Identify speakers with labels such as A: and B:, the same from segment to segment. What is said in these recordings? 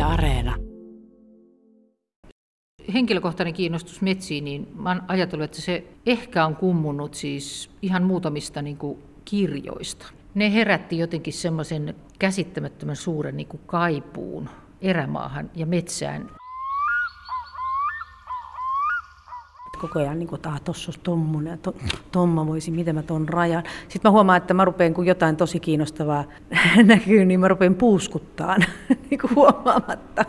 A: Areena.
B: Henkilökohtainen kiinnostus metsiin, niin mä oon ajatellut, että se ehkä on kummunut siis ihan muutamista kirjoista. Ne herätti jotenkin semmoisen käsittämättömän suuren kaipuun erämaahan ja metsään.
A: Koko ajan tuossa olisi tommonen ja tomma voisi, miten mä ton rajan. Sitten mä huomaan, että mä rupean, kun jotain tosi kiinnostavaa näkyy, niin mä rupean puuskuttaan huomaamatta.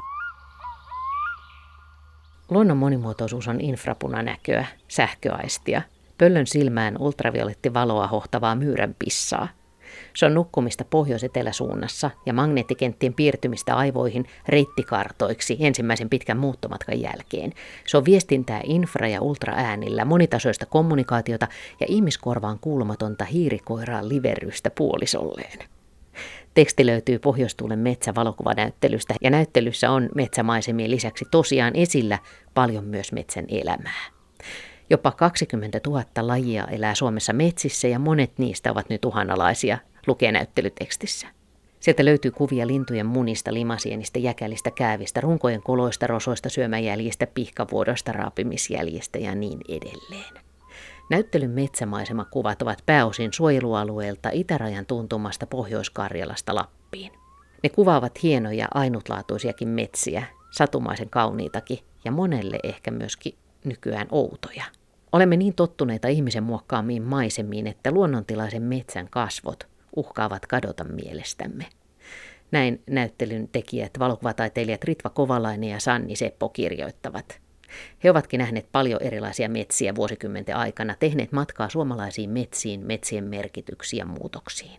C: Luonnon monimuotoisuus on infrapunanäköä, sähköaistia, pöllön silmään ultraviolettivaloa hohtavaa myyränpissaa. Se on nukkumista pohjois-eteläsuunnassa ja magneettikenttien piirtymistä aivoihin reittikartoiksi ensimmäisen pitkän muuttomatkan jälkeen. Se on viestintää infra- ja ultraäänillä, monitasoista kommunikaatiota ja ihmiskorvaan kuulumatonta hiirikoiraan liverrystä puolisolleen. Teksti löytyy Pohjoistuulen metsävalokuvanäyttelystä ja näyttelyssä on metsämaisemien lisäksi tosiaan esillä paljon myös metsän elämää. Jopa 20 000 lajia elää Suomessa metsissä ja monet niistä ovat nyt uhanalaisia, lukee näyttelytekstissä. Sieltä löytyy kuvia lintujen munista, limasienistä, jäkälistä, käävistä, runkojen koloista, rosoista, syömäjäljistä, pihkavuodoista, raapimisjäljistä ja niin edelleen. Näyttelyn metsämaisemakuvat ovat pääosin suojelualueelta itärajan tuntumasta Pohjois-Karjalasta Lappiin. Ne kuvaavat hienoja, ainutlaatuisiakin metsiä, satumaisen kauniitakin ja monelle ehkä myöskin nykyään outoja. Olemme niin tottuneita ihmisen muokkaamiin maisemiin, että luonnontilaisen metsän kasvot uhkaavat kadota mielestämme. Näin näyttelyn tekijät, valokuvataiteilijat Ritva Kovalainen ja Sanni Seppo kirjoittavat. He ovatkin nähneet paljon erilaisia metsiä vuosikymmenten aikana, tehneet matkaa suomalaisiin metsiin, metsien merkityksiin ja muutoksiin.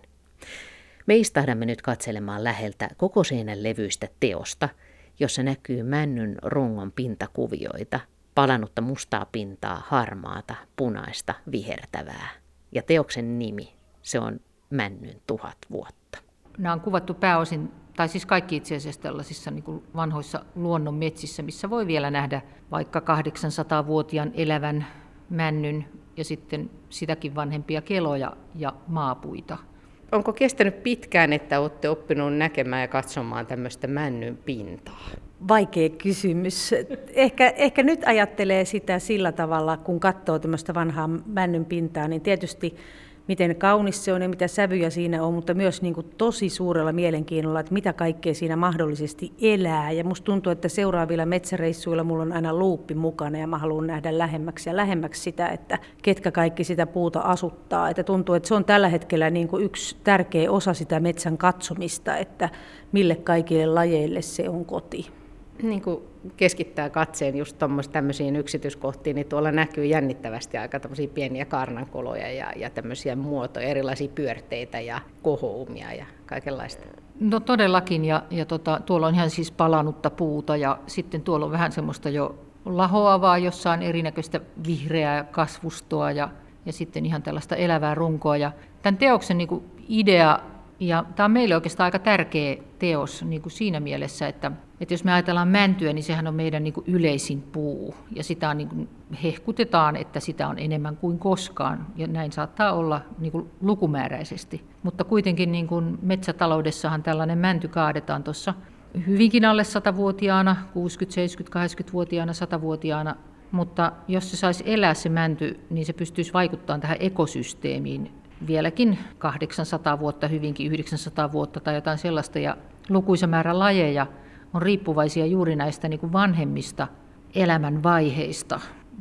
C: Me istahdamme nyt katselemaan läheltä koko seinän levyistä teosta, jossa näkyy männyn rungon pintakuvioita, palannutta mustaa pintaa, harmaata, punaista, vihertävää. Ja teoksen nimi, se on Männyn 1000 vuotta.
B: Nämä on kuvattu pääosin, tai siis kaikki itse asiassa tällaisissa vanhoissa luonnonmetsissä, missä voi vielä nähdä vaikka 800-vuotiaan elävän männyn ja sitten sitäkin vanhempia keloja ja maapuita.
D: Onko kestänyt pitkään, että olette oppinut näkemään ja katsomaan tämmöistä männyn pintaa?
A: Vaikea kysymys. Ehkä nyt ajattelee sitä sillä tavalla, kun katsoo tämmöistä vanhaa männyn pintaa, niin tietysti miten kaunis se on ja mitä sävyjä siinä on, mutta myös tosi suurella mielenkiinnolla, että mitä kaikkea siinä mahdollisesti elää. Ja musta tuntuu, että seuraavilla metsäreissuilla mulla on aina luuppi mukana ja mä haluan nähdä lähemmäksi ja lähemmäksi sitä, että ketkä kaikki sitä puuta asuttaa. Että tuntuu, että se on tällä hetkellä yksi tärkeä osa sitä metsän katsomista, että mille kaikille lajeille se on koti.
D: Niin kuin keskittää katseen just tämmöisiin yksityiskohtiin, niin tuolla näkyy jännittävästi aika tämmöisiä pieniä kaarnankoloja ja tämmöisiä muotoja, erilaisia pyörteitä ja kohoumia ja kaikenlaista.
B: No todellakin, ja tuolla on ihan siis palanutta puuta ja sitten tuolla on vähän semmoista jo lahoavaa, jossa on erinäköistä vihreää kasvustoa ja sitten ihan tällaista elävää runkoa. Ja tämän teoksen idea, ja tämä on meille oikeastaan aika tärkeä teos siinä mielessä, että jos me ajatellaan mäntyä, niin sehän on meidän yleisin puu, ja sitä on, hehkutetaan, että sitä on enemmän kuin koskaan, ja näin saattaa olla lukumääräisesti. Mutta kuitenkin metsätaloudessahan tällainen mänty kaadetaan tuossa hyvinkin alle 100-vuotiaana, 60, 70, 80-vuotiaana, 100-vuotiaana, mutta jos se saisi elää se mänty, niin se pystyisi vaikuttamaan tähän ekosysteemiin vieläkin 800 vuotta, hyvinkin 900 vuotta tai jotain sellaista, ja lukuisa määrä lajeja on riippuvaisia juuri näistä vanhemmista elämänvaiheista,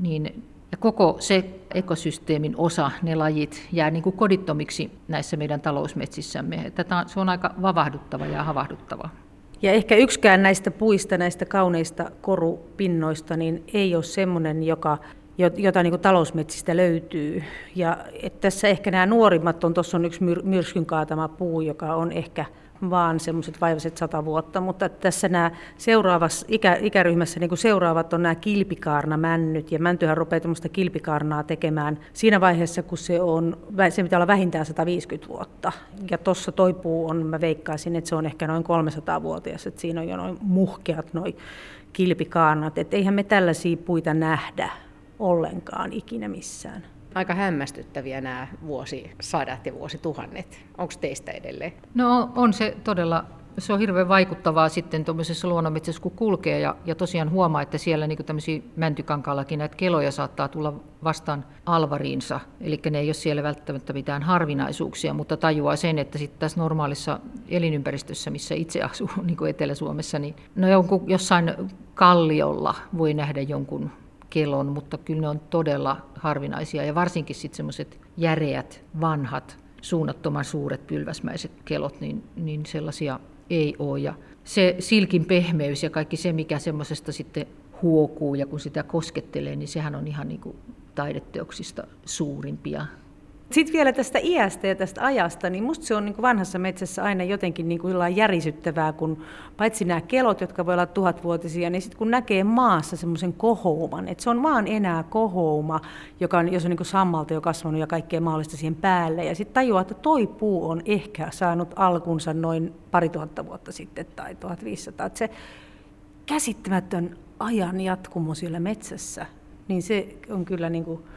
B: ja koko se ekosysteemin osa, ne lajit, jää kodittomiksi näissä meidän talousmetsissämme. Se on aika vavahduttava ja havahduttava.
A: Ja ehkä yksikään näistä puista, näistä kauneista korupinnoista, niin ei ole semmoinen, jota talousmetsistä löytyy. Ja tässä ehkä nämä nuorimmat tuossa on yksi myrskyn kaatama puu, joka on ehkä vaan semmoiset vaivaiset 100 vuotta, mutta tässä nämä seuraavassa ikäryhmässä seuraavat on nämä kilpikaarnamännyt, ja mäntyhän rupeaa tämmöistä kilpikaarnaa tekemään siinä vaiheessa, kun se pitää olla vähintään 150 vuotta. Ja tuossa toi puu on, mä veikkaisin, että se on ehkä noin 300-vuotias, että siinä on jo noin muhkeat noi kilpikaarnat, että eihän me tällaisia puita nähdä ollenkaan ikinä missään.
D: Aika hämmästyttäviä nämä vuosisadat ja vuosituhannet. Onko teistä edelleen?
B: No on se todella Se on hirveän vaikuttavaa sitten tuommoisessa luonnonmetsässä, kun kulkee ja tosiaan huomaa, että siellä niin tämmöisiä mäntykankaallakin näitä keloja saattaa tulla vastaan alvariinsa. Eli ne ei ole siellä välttämättä mitään harvinaisuuksia, mutta tajuaa sen, että sitten tässä normaalissa elinympäristössä, missä itse asuu niin kuin Etelä-Suomessa, niin jossain kalliolla voi nähdä jonkun kelon, mutta kyllä ne on todella harvinaisia ja varsinkin sitten semmoiset järeät, vanhat, suunnattoman suuret pylväsmäiset kelot, niin sellaisia ei ole. Ja se silkin pehmeys ja kaikki se, mikä semmoisesta sitten huokuu ja kun sitä koskettelee, niin sehän on ihan niin kuin taideteoksista suurimpia.
A: Sitten vielä tästä iästä ja tästä ajasta, niin musta se on niin kuin vanhassa metsässä aina jotenkin niin kuin järisyttävää, kun paitsi nämä kelot, jotka voi olla 1000-vuotisia, niin sitten kun näkee maassa semmoisen kohouman, että se on vaan enää kohouma, jos on niin kuin sammalta jo kasvanut ja kaikkea mahdollista siihen päälle, ja sitten tajuaa, että toi puu on ehkä saanut alkunsa noin 2000 vuotta sitten tai 1500, että se käsittämätön ajan jatkumo siellä metsässä, niin se on kyllä niin kuin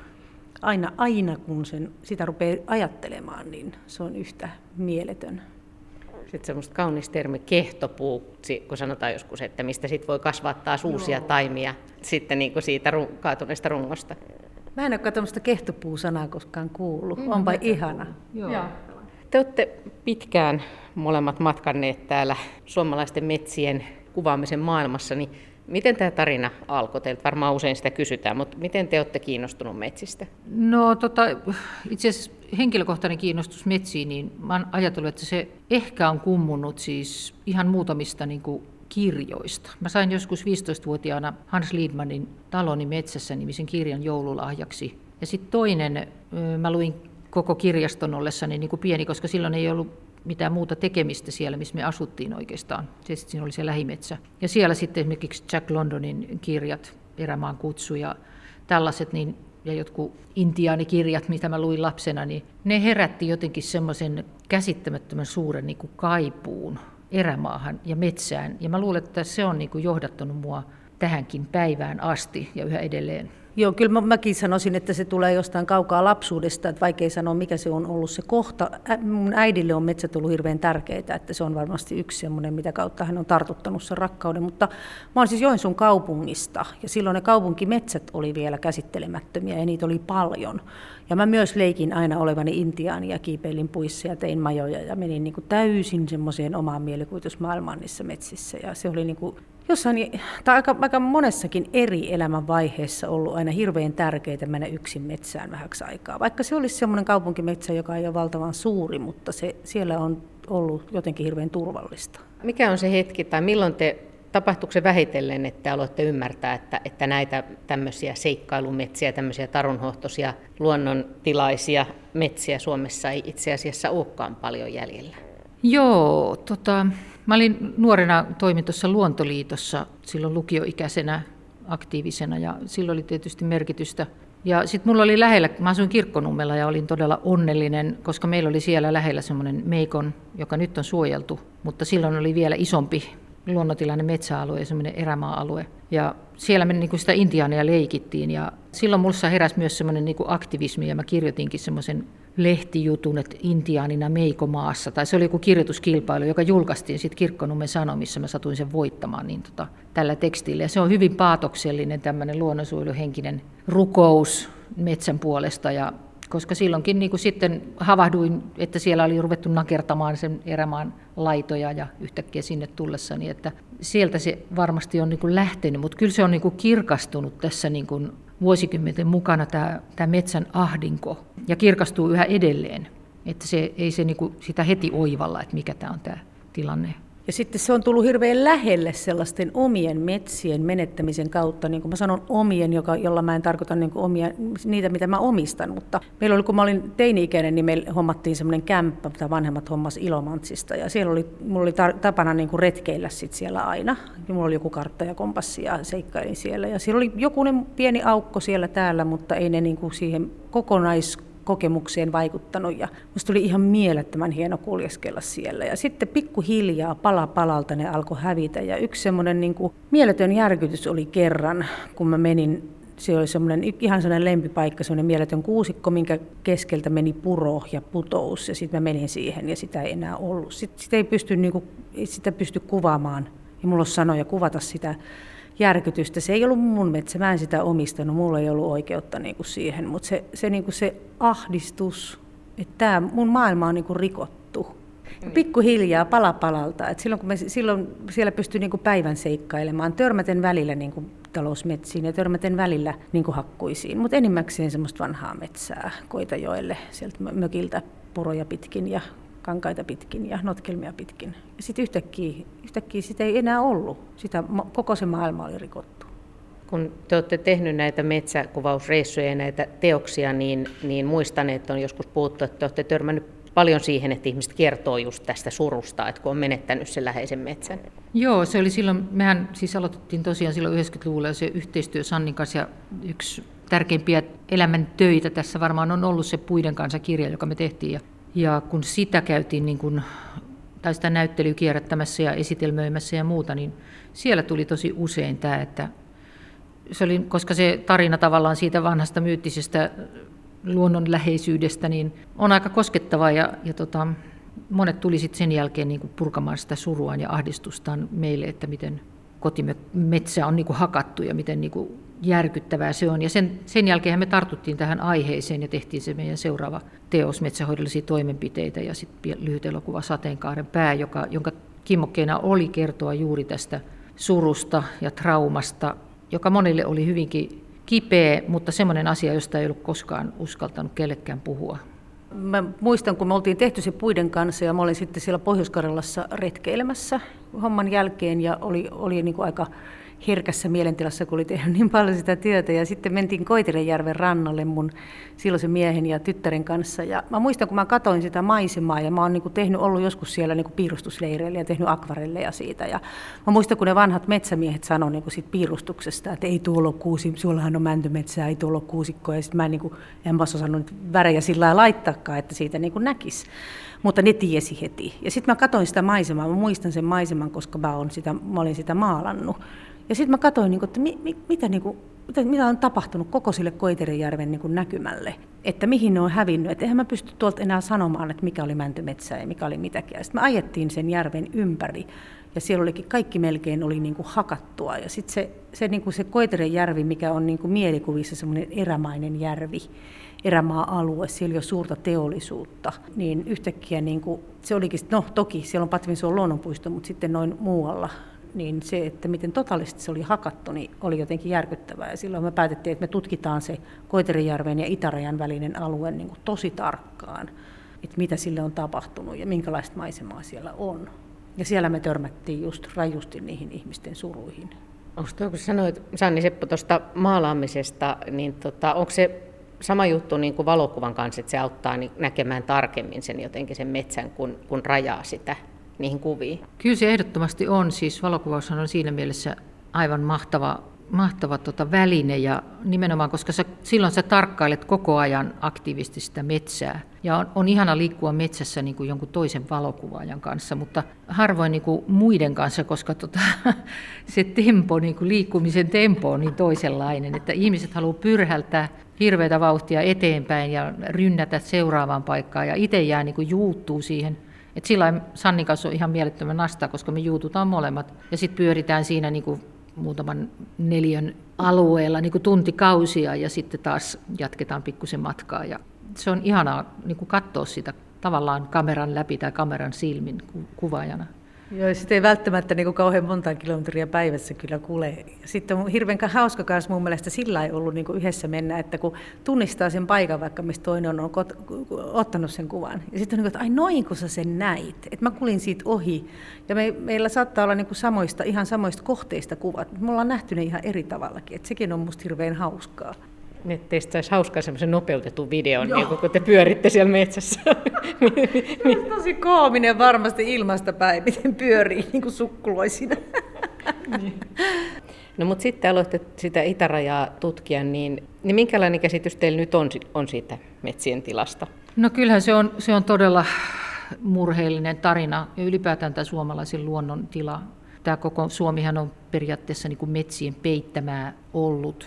A: aina kun sitä rupeaa ajattelemaan, niin se on yhtä mieletön.
D: Sitten semmoista kaunis termi kehtopuu, kun sanotaan joskus, että mistä sit voi kasvaa taas uusia taimia sitten niin kuin siitä kaatuneesta rungosta.
A: Mä en ole tämmöistä kehtopuu-sanaa koskaan kuullut. Onpa ihana.
B: Joo.
D: Te olette pitkään molemmat matkanneet täällä suomalaisten metsien kuvaamisen maailmassa, niin miten tämä tarina alkoi? Teiltä varmaan usein sitä kysytään, mutta miten te olette kiinnostunut metsistä?
B: No itse asiassa henkilökohtainen kiinnostus metsiin, niin mä oon ajatellut, että se ehkä on kummunut siis ihan muutamista niin kuin kirjoista. Mä sain joskus 15-vuotiaana Hans Lidmanin Taloni metsässä -nimisen kirjan joululahjaksi. Ja sitten toinen, mä luin koko kirjaston ollessani niin kuin pieni, koska silloin ei ollut mitään muuta tekemistä siellä, missä me asuttiin oikeastaan. Siinä oli se lähimetsä. Ja siellä sitten esimerkiksi Jack Londonin kirjat, Erämaan kutsu ja tällaiset, ja jotkut intiaanikirjat, mitä mä luin lapsena, niin ne herätti jotenkin semmoisen käsittämättömän suuren niin kuin kaipuun erämaahan ja metsään. Ja mä luulen, että se on niin kuin johdattanut mua tähänkin päivään asti ja yhä edelleen.
A: Joo, kyllä mäkin sanoisin, että se tulee jostain kaukaa lapsuudesta, että vaikea sanoa, mikä se on ollut se kohta. Mun äidille on metsät ollut hirveän tärkeitä, että se on varmasti yksi semmoinen, mitä kautta hän on tartuttanut sen rakkauden. Mutta mä oon siis Joensuun kaupungista, ja silloin ne kaupunkimetsät oli vielä käsittelemättömiä, ja niitä oli paljon. Ja mä myös leikin aina olevani intiaani ja kiipeilin puissa ja tein majoja, ja menin niin kuin täysin semmoiseen omaan mielikuvitusmaailmaan niissä metsissä, ja se oli niin kuin jossain, tai aika monessakin eri elämänvaiheessa ollut aina hirveän tärkeää mennä yksin metsään vähäksi aikaa. Vaikka se olisi semmoinen kaupunkimetsä, joka ei ole valtavan suuri, mutta siellä on ollut jotenkin hirveän turvallista.
D: Mikä on se hetki, tai milloin tapahtuuko se vähitellen, että aloitte ymmärtää, että näitä tämmöisiä seikkailumetsiä, tämmöisiä tarunhohtoisia luonnontilaisia metsiä Suomessa ei itse asiassa olekaan paljon jäljellä?
B: Joo, mä olin nuorena, toimin tuossa Luontoliitossa silloin lukioikäisenä aktiivisena ja silloin oli tietysti merkitystä. Ja sitten mulla oli lähellä, mä asuin Kirkkonummella ja olin todella onnellinen, koska meillä oli siellä lähellä semmoinen Meikon, joka nyt on suojeltu, mutta silloin oli vielä isompi luonnontilainen metsäalue ja semmoinen erämaa-alue. Ja siellä me niin kuin sitä intiaania leikittiin ja silloin minussa heräsi myös semmoinen niin kuin aktivismi ja mä kirjoitinkin semmoisen lehtijutun, että intiaanina Meikomaassa, tai se oli joku kirjoituskilpailu, joka julkaistiin sitten Kirkkonummen Sanomissa, mä satuin sen voittamaan tällä tekstillä. Ja se on hyvin paatoksellinen tämmöinen luonnonsuojeluhenkinen rukous metsän puolesta, ja koska silloinkin niin kuin sitten havahduin, että siellä oli ruvettu nakertamaan sen erämaan laitoja ja yhtäkkiä sinne tullessani, että sieltä se varmasti on niin kuin lähtenyt, mutta kyllä se on niin kuin kirkastunut tässä niin kuin vuosikymmenten mukana tämä metsän ahdinko ja kirkastuu yhä edelleen, että ei se niin kuin sitä heti oivalla, että mikä tämä on tämä tilanne.
A: Ja sitten se on tullut hirveän lähelle sellaisten omien metsien menettämisen kautta, niin kuin mä sanon omien, jolla mä en tarkoita niin kuin niitä, mitä mä omistan, mutta meillä oli, kun mä olin teini-ikäinen, niin meillä hommattiin semmoinen kämppä, mitä vanhemmat hommas Ilomantsista, ja siellä mulla oli tapana niin kuin retkeillä sit siellä aina, ja mulla oli joku kartta ja kompassi ja seikkailin siellä, ja siellä oli jokunen pieni aukko siellä täällä, mutta ei ne niin kuin siihen kokemukseen vaikuttanut ja musta oli ihan mielettömän hieno kuljeskella siellä. Ja sitten pikkuhiljaa pala palalta ne alkoi hävitä ja yksi semmoinen niin kuin mieletön järkytys oli kerran, kun mä menin Se oli ihan sellainen lempipaikka, semmoinen mieletön kuusikko, minkä keskeltä meni puro ja putous, ja sitten mä menin siihen, ja sitä ei enää ollut. Sitä ei sitä pysty kuvaamaan, ja mulla on sanoja kuvata sitä järkytystä. Se ei ollut mun metsä, mä en sitä omistanut, mulla ei ollut oikeutta siihen, mutta se ahdistus, että mun maailma on rikottu. Ja pikkuhiljaa pala palalta, että silloin siellä pystyy päivän seikkailemaan, törmäten välillä talousmetsiin ja törmäten välillä hakkuisiin, mutta enimmäkseen semmoista vanhaa metsää Koitajoelle sieltä mökiltä puroja pitkin ja kankaita pitkin ja notkelmia pitkin. Ja sitten yhtäkkiä sitä ei enää ollut, koko se maailma oli rikottu.
C: Kun te olette tehnyt näitä metsäkuvausreissuja ja näitä teoksia, niin muistan, että on joskus puhuttu, että te olette törmännyt paljon siihen, että ihmiset kertoo just tästä surusta, että kun on menettänyt sen läheisen metsän.
B: Joo, se oli silloin, mehän siis aloitettiin tosiaan silloin 90-luvulla se yhteistyö Sannin kanssa, ja yksi tärkeimpiä elämän töitä tässä varmaan on ollut se Puiden kanssa -kirja, joka me tehtiin. Ja kun sitä käytiin tai sitä näyttelyä kierrättämässä ja esitelmöimässä ja muuta, niin siellä tuli tosi usein tämä, että se oli, koska se tarina tavallaan siitä vanhasta myyttisestä luonnonläheisyydestä niin on aika koskettavaa ja monet tuli sitten sen jälkeen purkamaan sitä suruaan ja ahdistustaan meille, että miten kotimetsä on hakattu ja miten järkyttävää se on. Ja sen jälkeen me tartuttiin tähän aiheeseen ja tehtiin se meidän seuraava teos metsähoidollisia toimenpiteitä ja sitten lyhyt elokuva Sateenkaaren pää, jonka kimmokkeena oli kertoa juuri tästä surusta ja traumasta, joka monille oli hyvinkin kipeä, mutta semmoinen asia, josta ei ollut koskaan uskaltanut kellekään puhua.
A: Mä muistan, kun me oltiin tehty se Puiden kanssa ja mä olin sitten siellä Pohjois-Karjalassa retkeilemässä homman jälkeen ja oli aika herkässä mielentilassa, kun oli tehnyt niin paljon sitä työtä. Ja sitten mentiin Koitirenjärven rannalle mun silloisen miehen ja tyttären kanssa. Ja mä muistan, kun mä katsoin sitä maisemaa ja mä oon ollut joskus siellä piirustusleireillä ja tehnyt akvarelleja siitä. Ja mä muistan, kun ne vanhat metsämiehet sanoi siitä piirustuksesta, että ei tuolla ole kuusikkoa, sullahan on mäntymetsää, ei tuolla ole kuusikkoa. Ja sitten mä en osannut värejä sillä lailla laittaakaan, että siitä näkisi. Mutta ne tiesi heti. Ja sitten mä katsoin sitä maisemaa, mä muistan sen maiseman, koska mä olin sitä maalannut. Ja sitten mä katsoin, että mitä on tapahtunut koko sille Koitirenjärven näkymälle, että mihin ne on hävinnyt. Että eihän mä pysty tuolta enää sanomaan, että mikä oli mäntymetsää ja mikä oli mitäkin. Ja sitten me ajettiin sen järven ympäri ja siellä olikin kaikki melkein oli hakattua. Ja sitten se Koitirenjärvi, mikä on mielikuvissa semmoinen erämainen järvi, erämaa-alue, siellä on suurta teollisuutta, niin yhtäkkiä se olikin, toki siellä on Patvinsuon luonnonpuisto, mutta sitten noin muualla, niin se, että miten totaalisesti se oli hakattu, niin oli jotenkin järkyttävää. Ja silloin me päätettiin, että me tutkitaan se Koitirenjärven ja itärajan välinen alue tosi tarkkaan, että mitä sille on tapahtunut ja minkälaista maisemaa siellä on. Ja siellä me törmättiin just rajusti niihin ihmisten suruihin.
C: Onko tuo, kun sanoit, Sanni Seppo, tuosta maalaamisesta, niin onko se sama juttu niin kuin valokuvan kanssa, että se auttaa näkemään tarkemmin sen jotenkin sen metsän, kun rajaa sitä niihin kuviin?
B: Kyllä se ehdottomasti on. Siis valokuvaushan on siinä mielessä aivan mahtava väline ja nimenomaan, koska silloin sä tarkkailet koko ajan aktiivisesti sitä metsää. Ja on ihana liikkua metsässä niin kuin jonkun toisen valokuvaajan kanssa, mutta harvoin niin kuin muiden kanssa, koska se tempo, niin kuin liikkumisen tempo on niin toisenlainen, että ihmiset haluaa pyrhältää hirveätä vauhtia eteenpäin ja rynnätä seuraavaan paikkaan ja itse jää niin kuin juuttuu siihen. Et sillä Sannin kanssa on ihan mielettömän nastaa, koska me juututaan molemmat ja sitten pyöritään siinä niin kuin muutaman neliön alueella niin kuin tuntikausia ja sitten taas jatketaan pikkusen matkaa. Ja se on ihanaa niin kuin katsoa sitä tavallaan kameran läpi tai kameran silmin kuvaajana.
A: Joo, sitten ei välttämättä kauhean monta kilometriä päivässä kyllä kulje. Sitten on hirveän hauska kanssa mun mielestä sillä ei ollut yhdessä mennä, että kun tunnistaa sen paikan, vaikka mistä toinen on ottanut sen kuvan. Ja sitten on että ai noin kun sä sen näit. Että mä kulin siitä ohi. Ja meillä saattaa olla ihan samoista kohteista kuvat. Me ollaan nähty ne ihan eri tavallakin. Että sekin on musta hirveän hauskaa.
C: Teistä saisi hauskaa semmoisen nopeutetun videon, niin kun te pyöritte siellä metsässä.
A: Se on tosi koominen varmasti ilmasta päin, miten pyörii niin kuin sukkuloisina.
C: No mutta sitten aloitte sitä itärajaa tutkia, niin minkälainen käsitys teillä nyt on siitä metsien tilasta?
B: No kyllähän se on todella murheellinen tarina ja ylipäätään tämä suomalaisen luonnon tila. Tämä koko Suomihan on periaatteessa niin kuin metsien peittämää ollut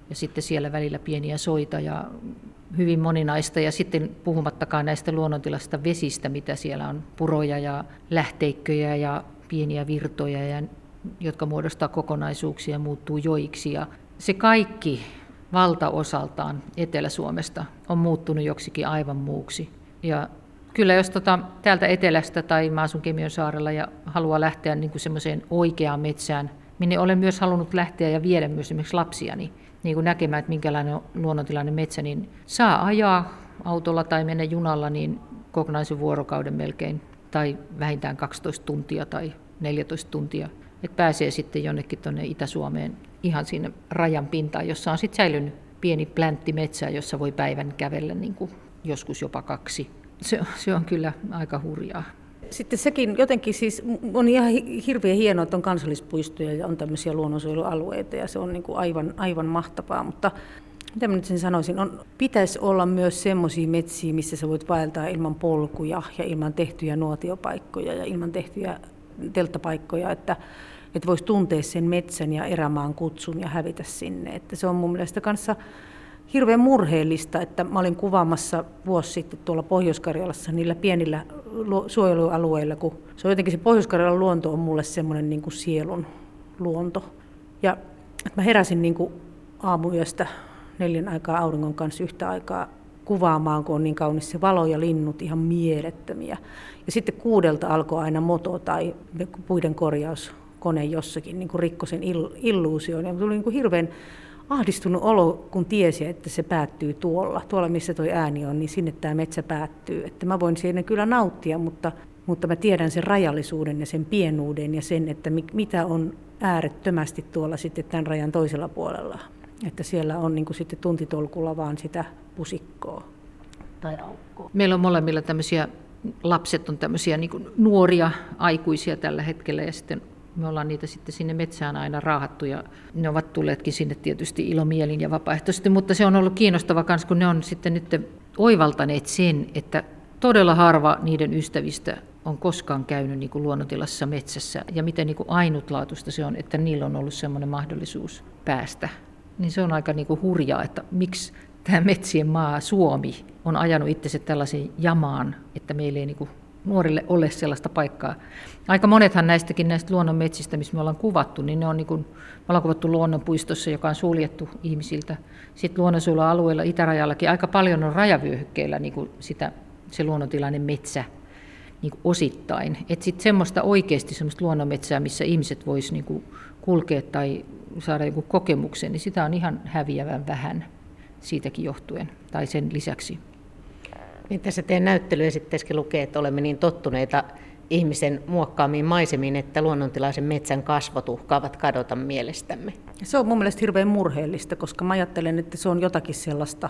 B: sitten siellä välillä pieniä soita ja hyvin moninaista. Ja sitten puhumattakaan näistä luonnontilaisista vesistä, mitä siellä on, puroja ja lähteikköjä ja pieniä virtoja, jotka muodostaa kokonaisuuksia ja muuttuu joiksi. Ja se kaikki valtaosaltaan Etelä-Suomesta on muuttunut joksikin aivan muuksi. Ja kyllä jos täältä etelästä tai mä asun Kemiönsaarella ja haluaa lähteä niin kuin semmoiseen oikeaan metsään, minne olen myös halunnut lähteä ja viedä myös esimerkiksi lapsiani niin kuin näkemään, että minkälainen on luonnontilainen metsä, niin saa ajaa autolla tai mennä junalla niin kokonaisen vuorokauden melkein, tai vähintään 12 tuntia tai 14 tuntia. Että pääsee sitten jonnekin tuonne Itä-Suomeen ihan sinne rajan pintaan, jossa on sitten säilynyt pieni pläntti metsää, jossa voi päivän kävellä niin kuin joskus jopa 2. Se on kyllä aika hurjaa.
A: Sitten sekin jotenkin siis on ihan hirveän hienoa, että on kansallispuistoja ja on tämmöisiä luonnonsuojelualueita ja se on niin kuin aivan mahtavaa, mutta mitä mä nyt sen sanoisin, pitäisi olla myös semmoisia metsiä, missä sä voit vaeltaa ilman polkuja ja ilman tehtyjä nuotiopaikkoja ja ilman tehtyjä telttapaikkoja, että voisi tuntea sen metsän ja erämaan kutsun ja hävitä sinne. Että se on mun mielestä kanssa hirveän murheellista, että mä olin kuvaamassa vuosi sitten tuolla Pohjois-Karjalassa niillä pienillä suojelualueilla, kun se on jotenkin se Pohjois-Karjalan luonto on mulle semmoinen niin kuin sielun luonto. Ja että mä heräsin niin kuin aamuyöstä 4 aikaa auringon kanssa yhtä aikaa kuvaamaan, kun on niin kaunis se valo ja linnut ihan mielettömiä. Ja sitten 6 alkoi aina moto tai puiden korjauskone jossakin niin kuin rikkoi sen illuusion. Ja tuli niin kuin hirveän ahdistunut olo, kun tiesi, että se päättyy tuolla missä tuo ääni on, niin sinne tämä metsä päättyy. Että mä voin siinä kyllä nauttia, mutta mä tiedän sen rajallisuuden ja sen pienuuden ja sen, että mitä on äärettömästi tuolla sitten tämän rajan toisella puolella. Että siellä on niin kuin sitten tuntitolkulla vaan sitä pusikkoa tai aukkoa.
B: Meillä on molemmilla tämmöisiä, lapset on tämmöisiä niin kuin nuoria aikuisia tällä hetkellä ja sitten me ollaan niitä sitten sinne metsään aina raahattu ja ne ovat tulleetkin sinne tietysti ilomielin ja vapaaehtoisesti, mutta se on ollut kiinnostava myös, kun ne on sitten nyt oivaltaneet sen, että todella harva niiden ystävistä on koskaan käynyt niin kuin luonnontilassa metsässä ja miten niin kuin ainutlaatuista se on, että niillä on ollut semmoinen mahdollisuus päästä. Niin se on aika niin kuin hurjaa, että miksi tämä metsien maa Suomi on ajanut itsensä tällaiseen jamaan, että meillä ei niin kuin nuorille ole sellaista paikkaa. Aika monethan näistä luonnonmetsistä, missä me ollaan kuvattu, niin ne on niin kuin, me ollaan kuvattu luonnonpuistossa, joka on suljettu ihmisiltä. Sitten luonnonsuojelualueella itärajallakin aika paljon on rajavyöhykkeellä niin kuin se luonnontilainen metsä niin kuin osittain. Että sitten semmoista oikeasti semmoista luonnonmetsää, missä ihmiset vois niin kuin kulkea tai saada joku kokemuksen, niin sitä on ihan häviävän vähän siitäkin johtuen tai sen lisäksi.
C: Niin tässä teidän näyttelyesitteessäkin lukee, että olemme niin tottuneita ihmisen muokkaamiin maisemiin, että luonnontilaisen metsän kasvot uhkaavat kadota mielestämme.
A: Se on mun mielestä hirveän murheellista, koska mä ajattelen, että se on jotakin sellaista,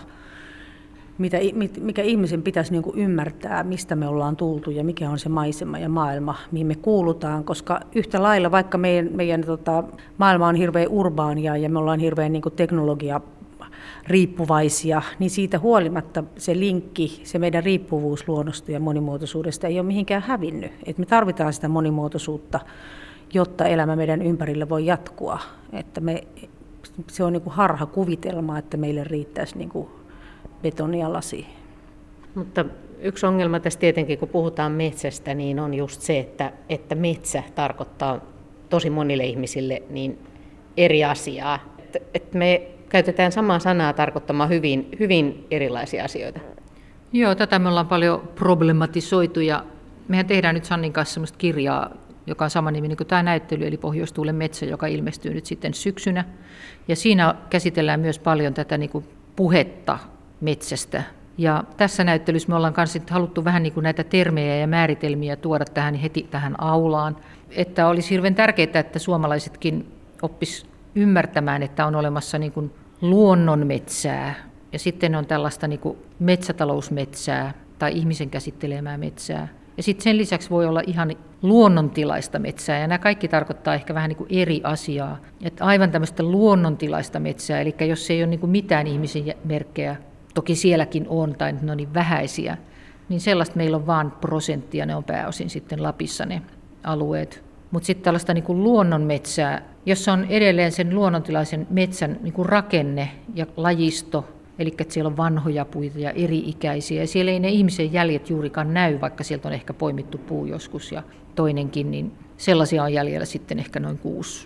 A: mikä ihmisen pitäisi niin kuin ymmärtää, mistä me ollaan tultu ja mikä on se maisema ja maailma, mihin me kuulutaan, koska yhtä lailla, vaikka meidän maailma on hirveän urbaania ja me ollaan hirveän niin kuin teknologia riippuvaisia, niin siitä huolimatta se linkki, se meidän riippuvuus luonnosta ja monimuotoisuudesta ei ole mihinkään hävinnyt. Et me tarvitaan sitä monimuotoisuutta, jotta elämä meidän ympärillä voi jatkua. Että se on niin kuin harha kuvitelma, että meille riittäisi niin kuin betoni ja lasi.
C: Mutta yksi ongelma tässä tietenkin, kun puhutaan metsästä, niin on just se, että metsä tarkoittaa tosi monille ihmisille niin eri asiaa. Että me käytetään samaa sanaa tarkoittamaan hyvin, hyvin erilaisia asioita.
B: Joo, tätä me ollaan paljon problematisoitu ja mehän tehdään nyt Sannin kanssa sellaista kirjaa, joka on samaniminen kuin tämä näyttely, eli Pohjoistuulen metsä, joka ilmestyy nyt sitten syksynä. Ja siinä käsitellään myös paljon tätä niin kuin puhetta metsästä. Ja tässä näyttelyssä me ollaan myös haluttu vähän niin kuin näitä termejä ja määritelmiä tuoda heti tähän aulaan. Että olisi hirveän tärkeää, että suomalaisetkin oppis ymmärtämään, että on olemassa niin kuin luonnonmetsää ja sitten on tällaista niin kuin metsätalousmetsää tai ihmisen käsittelemää metsää. Ja sitten sen lisäksi voi olla ihan luonnontilaista metsää ja nämä kaikki tarkoittaa ehkä vähän niin kuin eri asiaa. Että aivan tämmöistä luonnontilaista metsää, eli jos ei ole niin kuin mitään ihmisen merkkejä, toki sielläkin on tai ne on niin vähäisiä, niin sellaista meillä on vain prosenttia, ne on pääosin sitten Lapissa ne alueet. Mutta sitten tällaista niin kuin luonnonmetsää, jossa on edelleen sen luonnontilaisen metsän niin kuin rakenne ja lajisto, eli että siellä on vanhoja puita ja eri-ikäisiä, ja siellä ei ne ihmisen jäljet juurikaan näy, vaikka sieltä on ehkä poimittu puu joskus ja toinenkin, niin sellaisia on jäljellä sitten ehkä noin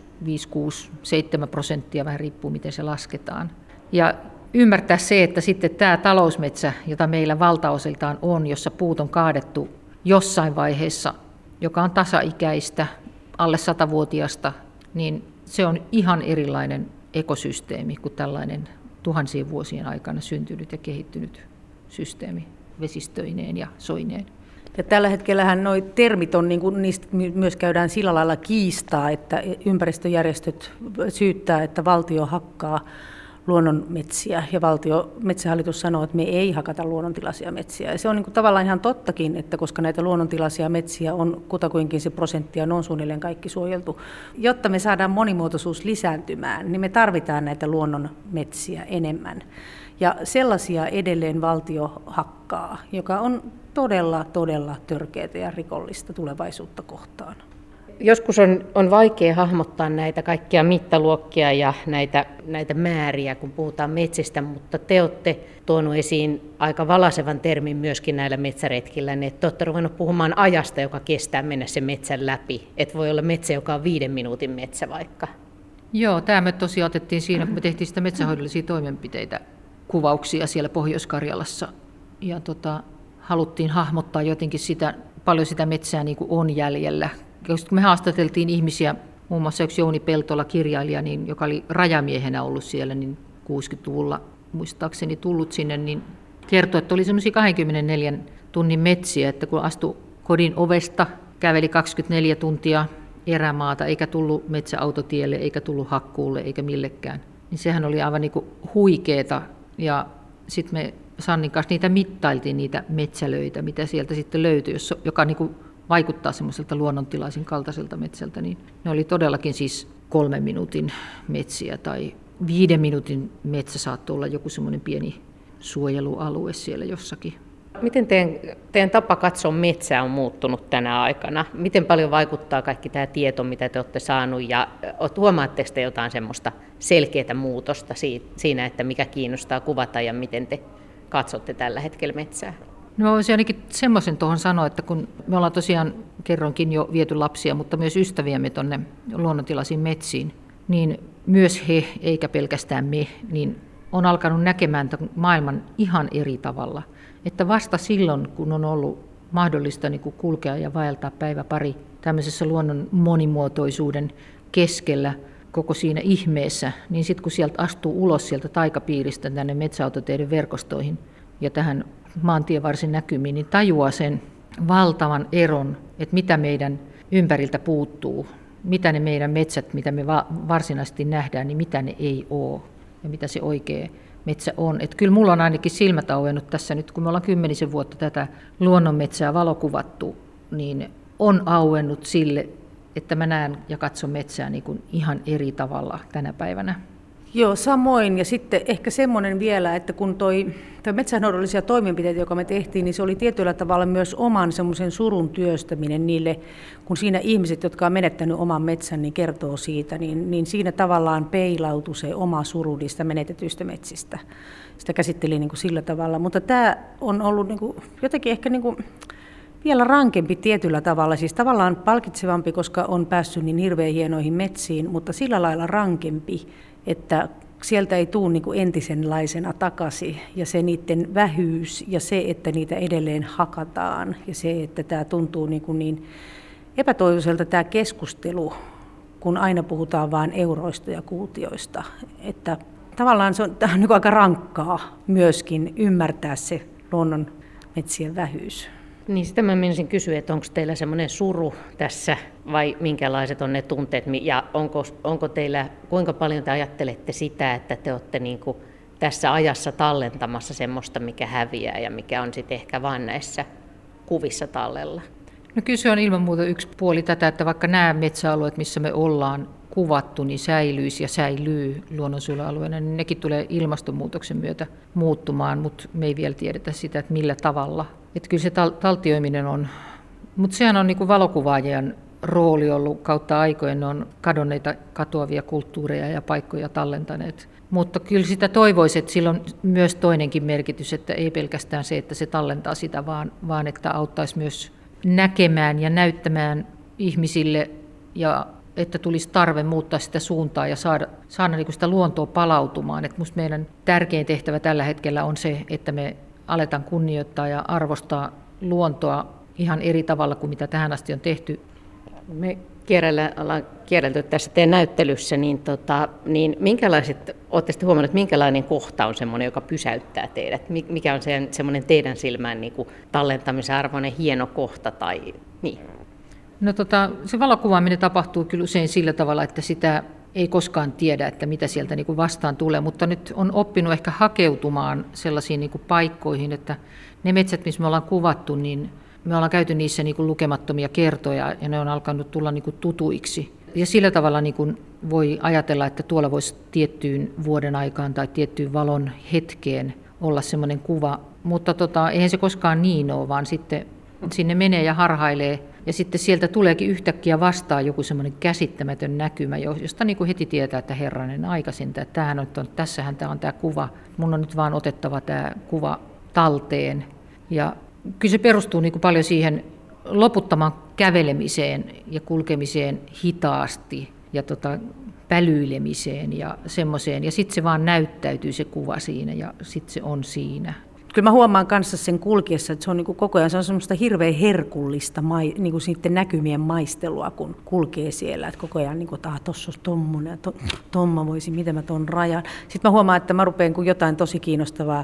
B: 5-7%, vähän riippuu miten se lasketaan. Ja ymmärtää se, että sitten tämä talousmetsä, jota meillä valtaosiltaan on, jossa puut on kaadettu jossain vaiheessa, joka on tasaikäistä, alle 100-vuotiasta, niin se on ihan erilainen ekosysteemi kuin tällainen tuhansien vuosien aikana syntynyt ja kehittynyt systeemi vesistöineen ja soineen.
A: Ja tällä hetkellähän nuo termit on, niin kuin niistä myös käydään sillä lailla kiistaa, että ympäristöjärjestöt syyttää, että valtio hakkaa luonnonmetsiä ja metsähallitus sanoo, että me ei hakata luonnontilaisia metsiä. Ja se on niin kuin tavallaan ihan tottakin, että koska näitä luonnontilaisia metsiä on kutakuinkin se prosenttia, ne on suunnilleen kaikki suojeltu. Jotta me saadaan monimuotoisuus lisääntymään, niin me tarvitaan näitä luonnonmetsiä enemmän. Ja sellaisia edelleen valtio hakkaa, joka on todella, todella törkeää ja rikollista tulevaisuutta kohtaan.
C: Joskus on vaikea hahmottaa näitä kaikkia mittaluokkia ja näitä määriä, kun puhutaan metsistä, mutta te olette tuonut esiin aika valaisevan termin myöskin näillä metsäretkillä, että te olette ruvennut puhumaan ajasta, joka kestää mennä sen metsän läpi. Että voi olla metsä, joka on 5 minuutin metsä vaikka.
B: Joo, tämä me tosiaan otettiin siinä, kun me tehtiin sitä metsähoidollisia toimenpiteitä, kuvauksia siellä Pohjois-Karjalassa. Ja haluttiin hahmottaa jotenkin paljon sitä metsää niin kuin on jäljellä. Kun me haastateltiin ihmisiä, muun muassa yksi Jouni Peltola, kirjailija, joka oli rajamiehenä ollut siellä, niin 60-luvulla muistaakseni tullut sinne, niin kertoi, että oli semmoisia 24 tunnin metsiä, että kun astui kodin ovesta, käveli 24 tuntia erämaata, eikä tullut metsäautotielle, eikä tullut hakkuulle, eikä millekään. Niin sehän oli aivan niin kuin huikeeta. Ja sitten me Sannin kanssa niitä mittailtiin, niitä metsälöitä, mitä sieltä sitten löytyi, joka niin kuin vaikuttaa semmoiselta luonnontilaisin kaltaiselta metsältä, niin ne oli todellakin siis 3 minuutin metsiä tai 5 minuutin metsä saattoi olla joku semmoinen pieni suojelualue siellä jossakin.
C: Miten teidän tapa katsoa metsää on muuttunut tänä aikana? Miten paljon vaikuttaa kaikki tämä tieto, mitä te olette saaneet, ja huomaatteko te jotain semmoista selkeää muutosta siinä, että mikä kiinnostaa kuvata ja miten te katsotte tällä hetkellä metsää?
B: No voisin ainakin semmoisen tuohon sanoa, että kun me ollaan tosiaan kerronkin jo viety lapsia, mutta myös ystäviämme tuonne luonnontilaisiin metsiin, niin myös he, eikä pelkästään me, niin on alkanut näkemään maailman ihan eri tavalla. Että vasta silloin, kun on ollut mahdollista niin kuin kulkea ja vaeltaa päivä pari tämmöisessä luonnon monimuotoisuuden keskellä koko siinä ihmeessä, niin sitten kun sieltä astuu ulos sieltä taikapiiristä tänne metsäautoteiden verkostoihin ja tähän maantievarsin näkymiin, niin tajuaa sen valtavan eron, että mitä meidän ympäriltä puuttuu, mitä ne meidän metsät, mitä me varsinaisesti nähdään, niin mitä ne ei ole ja mitä se oikea metsä on. Että kyllä mulla on ainakin silmät auennut tässä nyt, kun me ollaan 10 vuotta tätä luonnonmetsää valokuvattu, niin on auennut sille, että mä näen ja katson metsää niin kuin ihan eri tavalla tänä päivänä.
A: Joo, samoin. Ja sitten ehkä semmoinen vielä, että kun toi metsänhoidollisia toimenpiteitä, joka me tehtiin, niin se oli tietyllä tavalla myös oman semmoisen surun työstäminen niille, kun siinä ihmiset, jotka on menettänyt oman metsän, niin kertoo siitä, niin siinä tavallaan peilautui se oma suru niistä menetetyistä metsistä. Sitä käsitteli niin kuin sillä tavalla, mutta tämä on ollut niin kuin jotenkin ehkä niin kuin vielä rankempi tietyllä tavalla, siis tavallaan palkitsevampi, koska on päässyt niin hirveän hienoihin metsiin, mutta sillä lailla rankempi, että sieltä ei tule niin kuin entisenlaisena takaisin, ja se niiden vähyys ja se, että niitä edelleen hakataan ja se, että tämä tuntuu niin epätoivoiselta tämä keskustelu, kun aina puhutaan vain euroista ja kuutioista, että tavallaan tämä on niin aika rankkaa myöskin ymmärtää se luonnon metsien vähyys.
C: Niin sitä mä menisin kysyä, että onko teillä semmoinen suru tässä vai minkälaiset on ne tunteet ja onko teillä, kuinka paljon te ajattelette sitä, että te olette niin kuin tässä ajassa tallentamassa semmoista, mikä häviää ja mikä on sitten ehkä vain näissä kuvissa tallella?
B: No kyllä se on ilman muuta yksi puoli tätä, että vaikka nämä metsäalueet, missä me ollaan kuvattu, niin säilyisi ja säilyy luonnonsuojelualueena, niin nekin tulee ilmastonmuutoksen myötä muuttumaan, mutta me ei vielä tiedetä sitä, että millä tavalla. Että kyllä se taltioiminen on, mutta sehän on niin kuin valokuvaajan rooli ollut kautta aikojen. Ne on kadonneita, katoavia kulttuureja ja paikkoja tallentaneet. Mutta kyllä sitä toivoisi, että sillä on myös toinenkin merkitys, että ei pelkästään se, että se tallentaa sitä, vaan että auttaisi myös näkemään ja näyttämään ihmisille, ja että tulisi tarve muuttaa sitä suuntaa ja saada niin kuin sitä luontoa palautumaan. Että musta meidän tärkein tehtävä tällä hetkellä on se, että me aletaan kunnioittaa ja arvostaa luontoa ihan eri tavalla kuin mitä tähän asti on tehty.
D: Me ollaan kierrelty tässä teidän näyttelyssä, niin minkälaiset, olette sitten huomannut, että minkälainen kohta on semmoinen, joka pysäyttää teidät? Mikä on semmoinen teidän silmään niin kuin tallentamisen arvoinen hieno kohta? Tai, niin?
B: No se valokuvaaminen tapahtuu kyllä usein sillä tavalla, että sitä ei koskaan tiedä, että mitä sieltä niin kuin vastaan tulee, mutta nyt on oppinut ehkä hakeutumaan sellaisiin niin kuin paikkoihin, että ne metsät, missä me ollaan kuvattu, niin me ollaan käyty niissä niin kuin lukemattomia kertoja ja ne on alkanut tulla niin kuin tutuiksi. Ja sillä tavalla niin kuin voi ajatella, että tuolla voisi tiettyyn vuoden aikaan tai tiettyyn valon hetkeen olla semmoinen kuva, mutta eihän se koskaan niin ole, vaan sitten sinne menee ja harhailee ja sitten sieltä tuleekin yhtäkkiä vastaan joku semmoinen käsittämätön näkymä, josta niin kuin heti tietää, että herranen aikaisinta, että tässähän tämä on tämä kuva, mun on nyt vaan otettava tämä kuva talteen. Ja kyllä se perustuu niin kuin paljon siihen loputtomaan kävelemiseen ja kulkemiseen hitaasti ja pälyilemiseen ja semmoiseen. Ja sitten se vaan näyttäytyy se kuva siinä ja sitten se on siinä.
A: Kyllä mä huomaan kanssa sen kulkiessa, että se on niin kuin koko ajan se on semmoista hirveän herkullista niin kuin sitten näkymien maistelua, kun kulkee siellä. Että koko ajan, niin kuin, että tuossa olisi tommonen ja tomma voisi, miten mä ton rajan. Sitten mä huomaan, että mä rupean, kun jotain tosi kiinnostavaa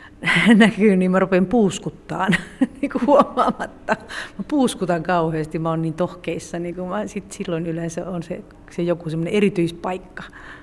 A: näkyy, niin mä rupean puuskuttaan niin kuin huomaamatta. Mä puuskutan kauheasti, mä oon niin tohkeissa. Niin silloin yleensä on se joku semmoinen erityispaikka.